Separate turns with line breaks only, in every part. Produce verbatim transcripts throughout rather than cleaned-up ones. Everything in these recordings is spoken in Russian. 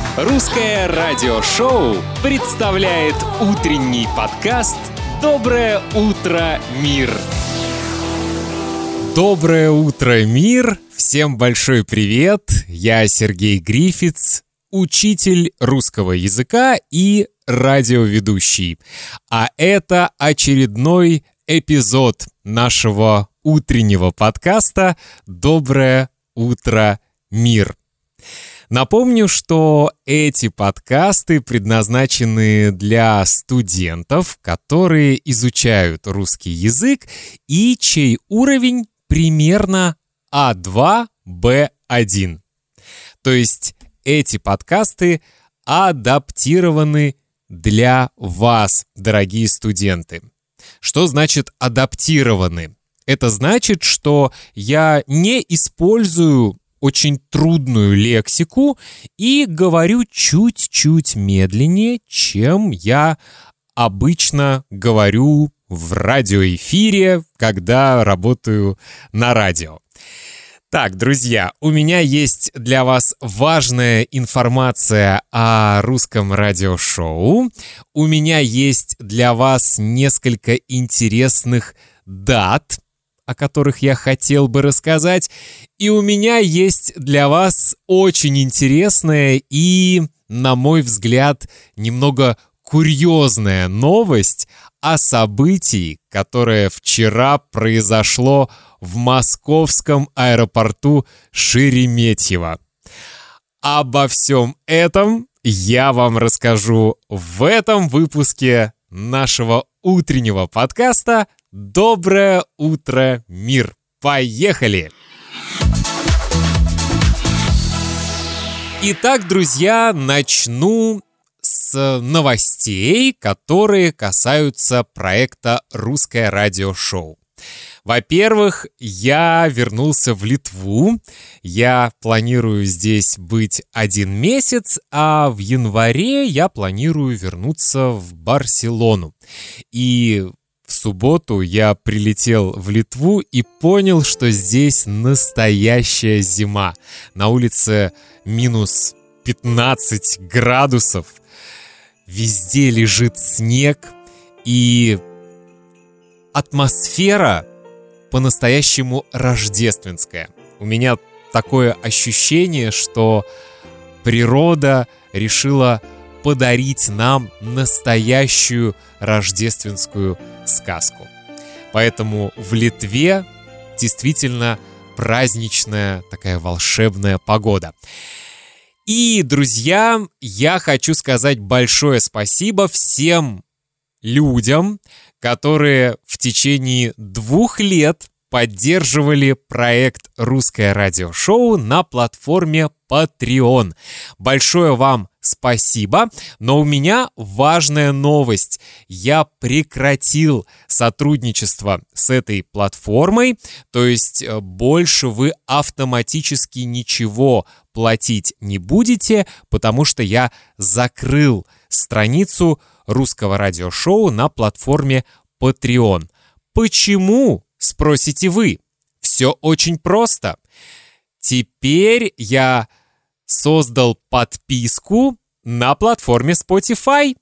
Русское радиошоу представляет утренний подкаст «Доброе утро, мир». Доброе утро, мир! Всем большой привет! Я Сергей Грифиц, учитель русского языка и радиоведущий. А это очередной эпизод нашего утреннего подкаста «Доброе утро, мир». Напомню, что эти подкасты предназначены для студентов, которые изучают русский язык и чей уровень примерно а два бэ один. То есть эти подкасты адаптированы для вас, дорогие студенты. Что значит адаптированы? Это значит, что я не использую очень трудную лексику и говорю чуть-чуть медленнее, чем я обычно говорю в радиоэфире, когда работаю на радио. Так, друзья, у меня есть для вас важная информация о русском радиошоу. У меня есть для вас несколько интересных дат, о которых я хотел бы рассказать. И у меня есть для вас очень интересная и, на мой взгляд, немного курьезная новость о событии, которое вчера произошло в московском аэропорту Шереметьево. Обо всем этом я вам расскажу в этом выпуске нашего утреннего подкаста «Доброе утро, мир». Поехали! Итак, друзья, начну с новостей, которые касаются проекта «Русское радиошоу». Во-первых, я вернулся в Литву. Я планирую здесь быть один месяц, а в январе я планирую вернуться в Барселону. И в субботу я прилетел в Литву и понял, что здесь настоящая зима. На улице минус пятнадцать градусов. Везде лежит снег, и атмосфера по-настоящему рождественская. У меня такое ощущение, что природа решила подарить нам настоящую рождественскую сказку. Поэтому в Литве действительно праздничная такая волшебная погода. И, друзья, я хочу сказать большое спасибо всем людям, которые в течение двух лет поддерживали проект «Русское радиошоу» на платформе Patreon. Большое вам спасибо, но у меня важная новость. Я прекратил сотрудничество с этой платформой, то есть больше вы автоматически ничего платить не будете, потому что я закрыл страницу русского радиошоу на платформе Patreon. Почему, спросите вы? Все очень просто. Теперь я создал подписку на платформе Spotify,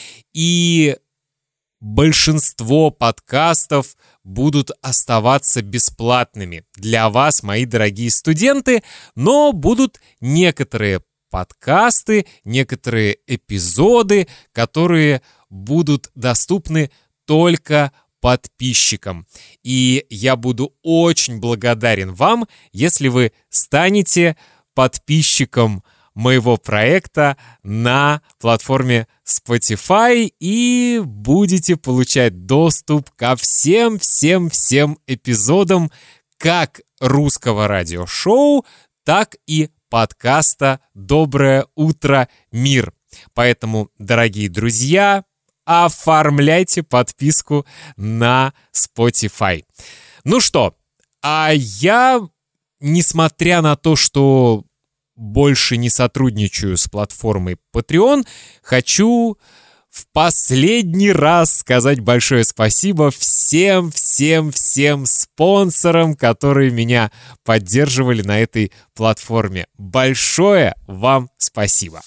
и большинство подкастов будут оставаться бесплатными для вас, мои дорогие студенты, но будут некоторые подкасты, некоторые эпизоды, которые будут доступны только подписчикам. И я буду очень благодарен вам, если вы станете подписчиком моего проекта на платформе Spotify и будете получать доступ ко всем-всем-всем эпизодам как русского радиошоу, так и подкаста «Доброе утро, мир». Поэтому, дорогие друзья, оформляйте подписку на Spotify. Ну что, а я, несмотря на то, что больше не сотрудничаю с платформой Patreon, хочу в последний раз сказать большое спасибо всем, всем, всем спонсорам, которые меня поддерживали на этой платформе. Большое вам спасибо!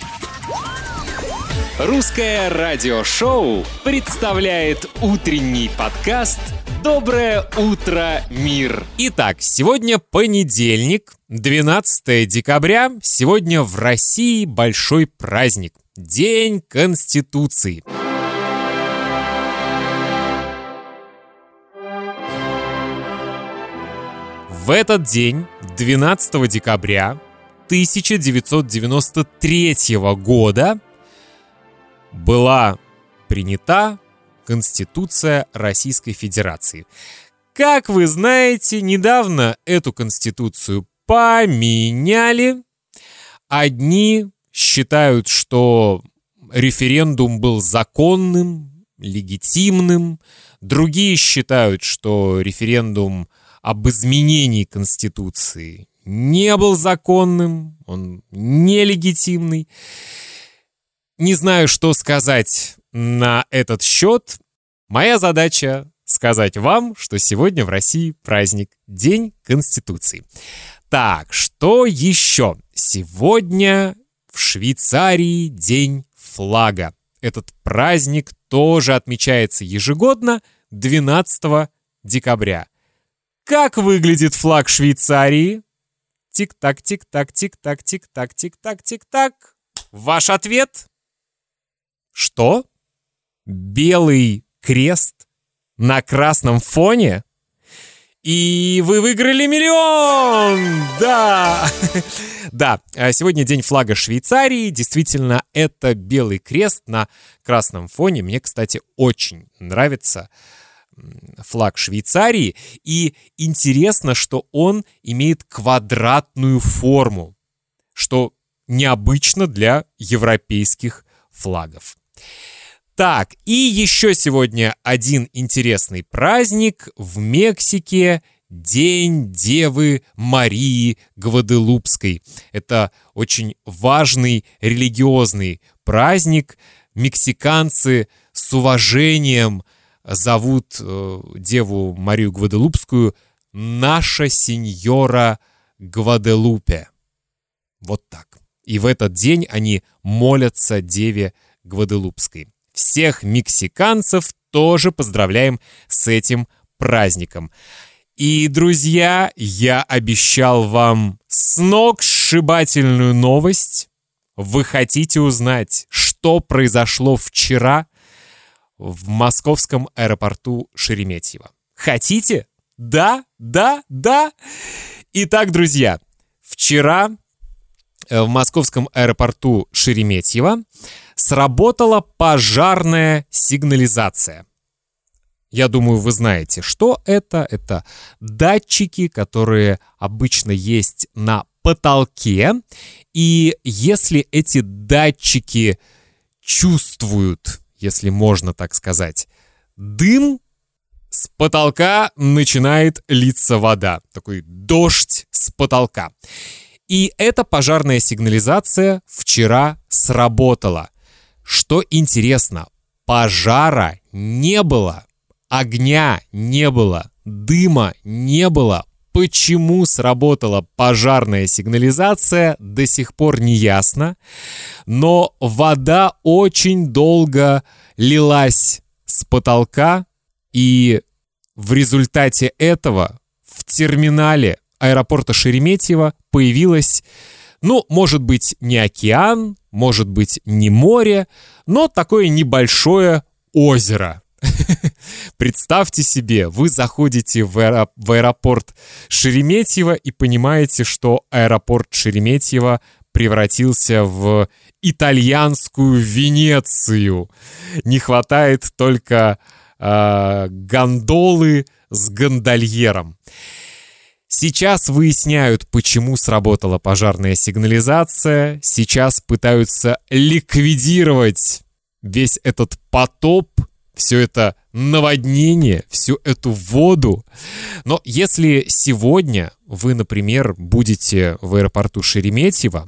Русское радиошоу представляет утренний подкаст «Доброе утро, мир».
Итак, сегодня понедельник, двенадцатое декабря. Сегодня в России большой праздник – День Конституции. В этот день, двенадцатого декабря тысяча девятьсот девяносто третьего года, была принята Конституция Российской Федерации. Как вы знаете, недавно эту Конституцию поменяли. Одни считают, что референдум был законным, легитимным. Другие считают, что референдум об изменении Конституции не был законным, он нелегитимный. Не знаю, что сказать на этот счет. Моя задача сказать вам, что сегодня в России праздник – День Конституции. Так, что еще? Сегодня в Швейцарии День флага. Этот праздник тоже отмечается ежегодно двенадцатого декабря. Как выглядит флаг Швейцарии? Тик-так, тик-так, тик-так, тик-так, тик-так, тик-так. Ваш ответ? Что? Белый крест на красном фоне? И вы выиграли миллион! Да! Да, сегодня день флага Швейцарии. Действительно, это белый крест на красном фоне. Мне, кстати, очень нравится флаг Швейцарии. И интересно, что он имеет квадратную форму, что необычно для европейских флагов. Так, и еще сегодня один интересный праздник в Мексике – День Девы Марии Гваделупской. Это очень важный религиозный праздник. Мексиканцы с уважением зовут э, Деву Марию Гваделупскую «Наша Сеньора Гваделупе». Вот так. И в этот день они молятся Деве Гваделупской. Всех мексиканцев тоже поздравляем с этим праздником. И, друзья, я обещал вам сногсшибательную новость. Вы хотите узнать, что произошло вчера в московском аэропорту Шереметьево? Хотите? Да, да, да. Итак, друзья, вчера в московском аэропорту Шереметьево сработала пожарная сигнализация. Я думаю, вы знаете, что это. Это датчики, которые обычно есть на потолке. И если эти датчики чувствуют, если можно так сказать, дым, с потолка начинает литься вода. Такой дождь с потолка. И эта пожарная сигнализация вчера сработала. Что интересно, пожара не было, огня не было, дыма не было. Почему сработала пожарная сигнализация, до сих пор не ясно. Но вода очень долго лилась с потолка, и в результате этого в терминале аэропорта Шереметьево появилась, ну, может быть, не океан, может быть, не море, но такое небольшое озеро. Представьте себе, вы заходите в, аэро- в аэропорт Шереметьево и понимаете, что аэропорт Шереметьево превратился в итальянскую Венецию. Не хватает только э, гондолы с гондольером. Сейчас выясняют, почему сработала пожарная сигнализация. Сейчас пытаются ликвидировать весь этот потоп, все это наводнение, всю эту воду. Но если сегодня вы, например, будете в аэропорту Шереметьево,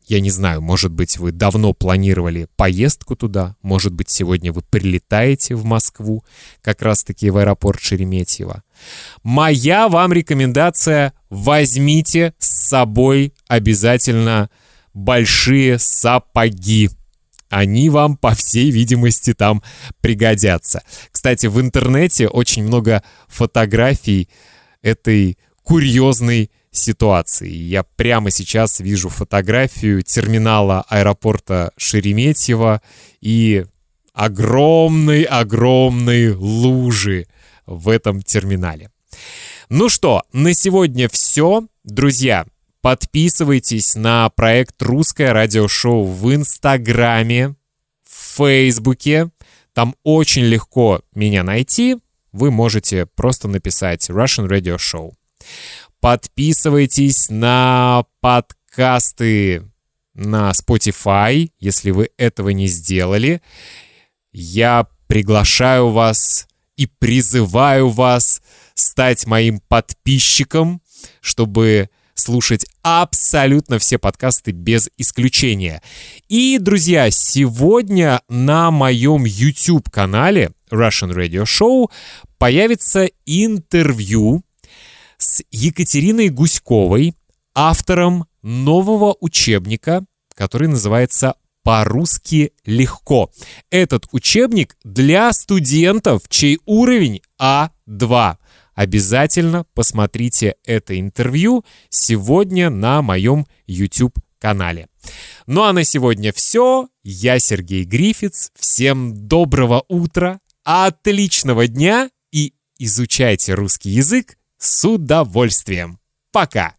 Я не знаю, может быть, вы давно планировали поездку туда, может быть, сегодня вы прилетаете в Москву, как раз-таки в аэропорт Шереметьево. Моя вам рекомендация: возьмите с собой обязательно большие сапоги. Они вам, по всей видимости, там пригодятся. Кстати, в интернете очень много фотографий этой курьезной ситуации. Я прямо сейчас вижу фотографию терминала аэропорта Шереметьево и огромной-огромной лужи в этом терминале. Ну что, на сегодня все. Друзья, подписывайтесь на проект «Русское радиошоу» в Инстаграме, в Фейсбуке. Там очень легко меня найти. Вы можете просто написать Russian Radio Show. Подписывайтесь на подкасты на Spotify, если вы этого не сделали. Я приглашаю вас и призываю вас стать моим подписчиком, чтобы слушать абсолютно все подкасты без исключения. И, друзья, сегодня на моем YouTube-канале Russian Radio Show появится интервью с Екатериной Гуськовой, автором нового учебника, который называется «По-русски легко». Этот учебник для студентов, чей уровень а два. Обязательно посмотрите это интервью сегодня на моем YouTube-канале. Ну а на сегодня все. Я Сергей Грифиц. Всем доброго утра, отличного дня и изучайте русский язык с удовольствием. Пока!